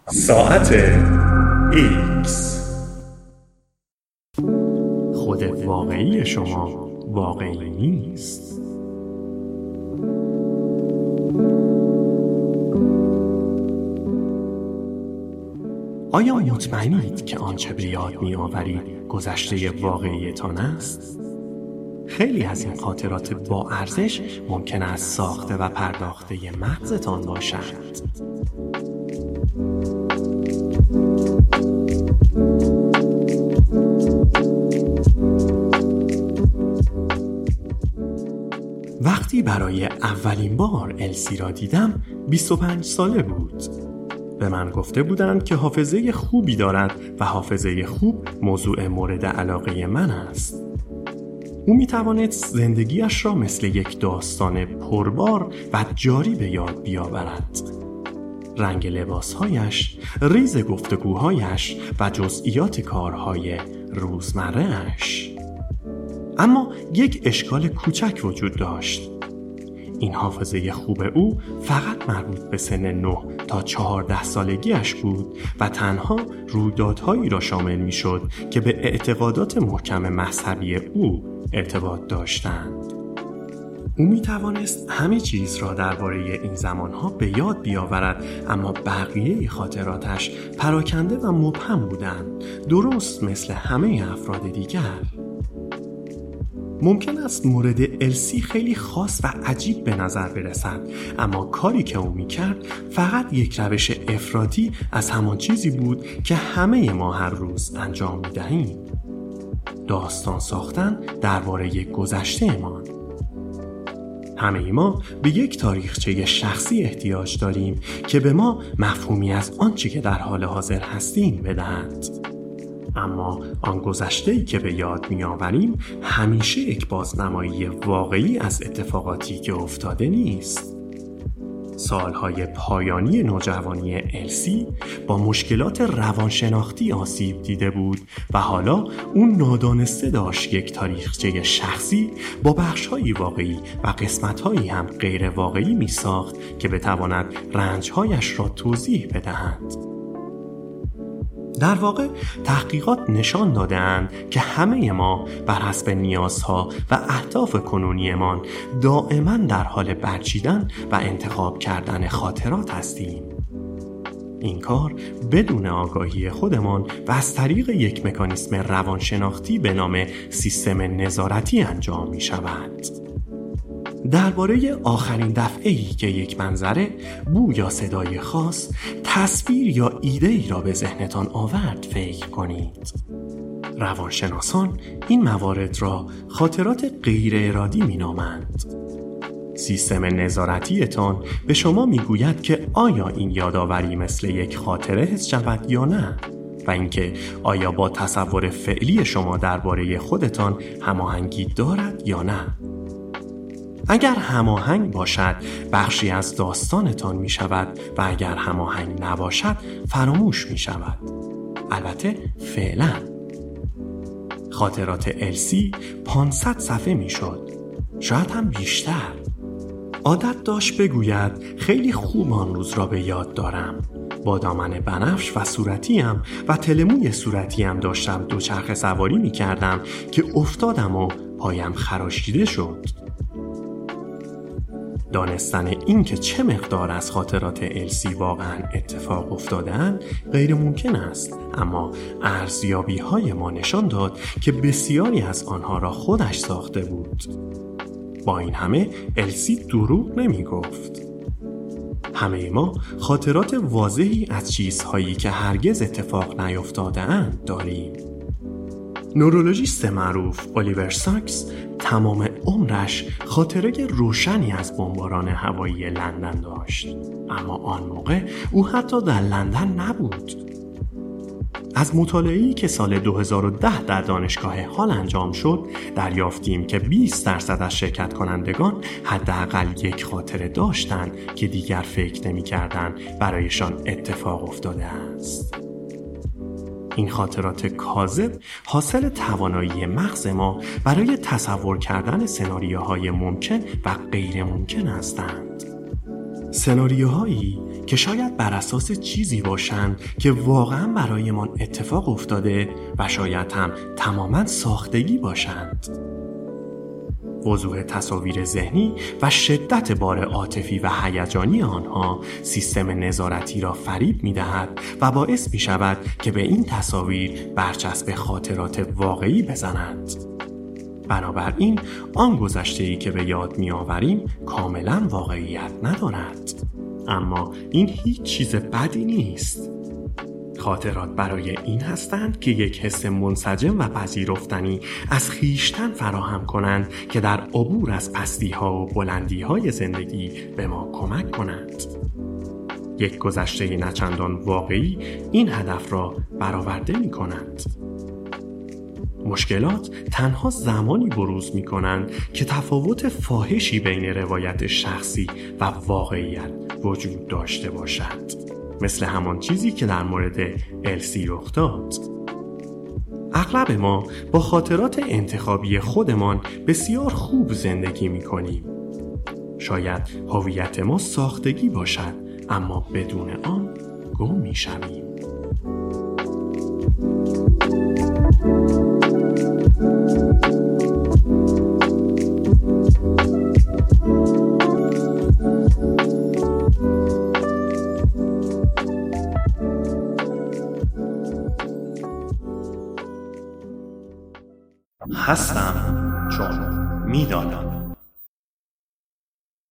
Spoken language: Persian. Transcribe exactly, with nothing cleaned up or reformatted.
ساعت ایکس. خود واقعی شما واقعی نیست. آیا مطمئنید که آنچه به یاد می آورید گذشته واقعیتان است؟ خیلی از این خاطرات با ارزش ممکن است ساخته و پرداخته مغزتان باشند. وقتی برای اولین بار السی را دیدم بیست و پنج ساله بود. به من گفته بودند که حافظه خوبی دارد و حافظه خوب موضوع مورد علاقه من است. او می توانست زندگیش را مثل یک داستان پربار و جاری به یاد بیاورد. رنگ لباسهایش، ریز گفتگوهایش و جزئیات کارهای روزمره‌اش. اما یک اشکال کوچک وجود داشت. این حافظه خوب او فقط مربوط به سن نه تا چهارده سالگیش بود و تنها رویدادهایی را شامل می شد که به اعتقادات محکم مذهبی او ارتباط داشتند. او می توانست همه چیز را درباره این زمانها به یاد بیاورد، اما بقیه خاطراتش پراکنده و مبهم بودند، درست مثل همه افراد دیگر. ممکن است مورد السی خیلی خاص و عجیب به نظر برسد، اما کاری که او میکرد فقط یک روش افراطی از همان چیزی بود که همه ما هر روز انجام میدهیم: داستان ساختن درباره گذشته‌مان. همه ما به یک تاریخچه شخصی احتیاج داریم که به ما مفهومی از آنچه که در حال حاضر هستیم بدهد. اما آن گذشته‌ای که به یاد می‌آوریم همیشه یک بازنمایی واقعی از اتفاقاتی که افتاده نیست. سالهای پایانی نوجوانی السی با مشکلات روانشناختی آسیب دیده بود و حالا اون نادانسته داشت یک تاریخچه شخصی با بخش‌های واقعی و قسمت‌هایی هم غیر واقعی می‌ساخت که بتواند رنج‌هایش را توضیح بدهد. در واقع تحقیقات نشان داده‌اند که همه ما بر حسب نیازها و اهداف کنونیمان دائما در حال برچیدن و انتخاب کردن خاطرات هستیم. این کار بدون آگاهی خودمان و از طریق یک مکانیسم روانشناختی به نام سیستم نظارتی انجام می شود. درباره آخرین دفعه‌ای که یک منظره، بو یا صدای خاص، تصویر یا ایده‌ای را به ذهنتان آورد فکر کنید. روانشناسان این موارد را خاطرات غیر ارادی می‌نامند. سیستم نظارتیتان به شما می‌گوید که آیا این یادآوری مثل یک خاطره حس شود یا نه، و اینکه آیا با تصور فعلی شما درباره خودتان هماهنگی دارد یا نه. اگر هماهنگ باشد بخشی از داستانتان می شود و اگر هماهنگ نباشد فراموش می شود. البته فعلا. خاطرات السی پانصد صفحه می شد، شاید هم بیشتر. عادت داشت بگوید خیلی خوب آن روز را به یاد دارم. با دامن بنفش و صورتیم و تلموی صورتیم داشتم دوچرخه سواری می کردم که افتادم و پایم خراشیده شد. دانستن این که چه مقدار از خاطرات السی واقعا اتفاق افتادن غیر ممکن است، اما ارزیابی های ما نشان داد که بسیاری از آنها را خودش ساخته بود. با این همه السی دروغ نمی گفت. همه ما خاطرات واضحی از چیزهایی که هرگز اتفاق نیفتاده اند داریم. نورولوژیست معروف الیور ساکس تمام عمرش خاطره روشنی از بمباران هوایی لندن داشت، اما آن موقع او حتی در لندن نبود. از مطالعه‌ای که سال دو هزار و ده در دانشگاه هال انجام شد دریافتیم که بیست درصد از شرکت کنندگان حداقل یک خاطره داشتند که دیگر فکر نمی‌کردند برایشان اتفاق افتاده است. این خاطرات کاذب حاصل توانایی مغز ما برای تصور کردن سناریوهای ممکن و غیر ممکن هستند. سناریوهایی که شاید بر اساس چیزی باشند که واقعا برایمان اتفاق افتاده و شاید هم تماما ساختگی باشند. وضوح تصاویر ذهنی و شدت بار عاطفی و هیجانی آنها سیستم نظارتی را فریب می‌دهد و باعث می‌شود که به این تصاویر برچسب خاطرات واقعی بزنند. بنابراین آن گذشته‌ای که به یاد می‌آوریم کاملاً واقعیت ندارد. اما این هیچ چیز بدی نیست. خاطرات برای این هستند که یک حس منسجم و پذیرفتنی از خویشتن فراهم کنند که در عبور از پستی‌ها و بلندی‌های زندگی به ما کمک کنند. یک گذشته نچندان واقعی این هدف را برآورده می‌کند. مشکلات تنها زمانی بروز می‌کنند که تفاوت فاحشی بین روایت شخصی و واقعیت وجود داشته باشد. مثل همان چیزی که در مورد السی رخ داد. اغلب ما با خاطرات انتخابی خودمان بسیار خوب زندگی می‌کنیم. شاید هویت ما ساختگی باشد، اما بدون آن گم می‌شویم. هستم چون میدانم.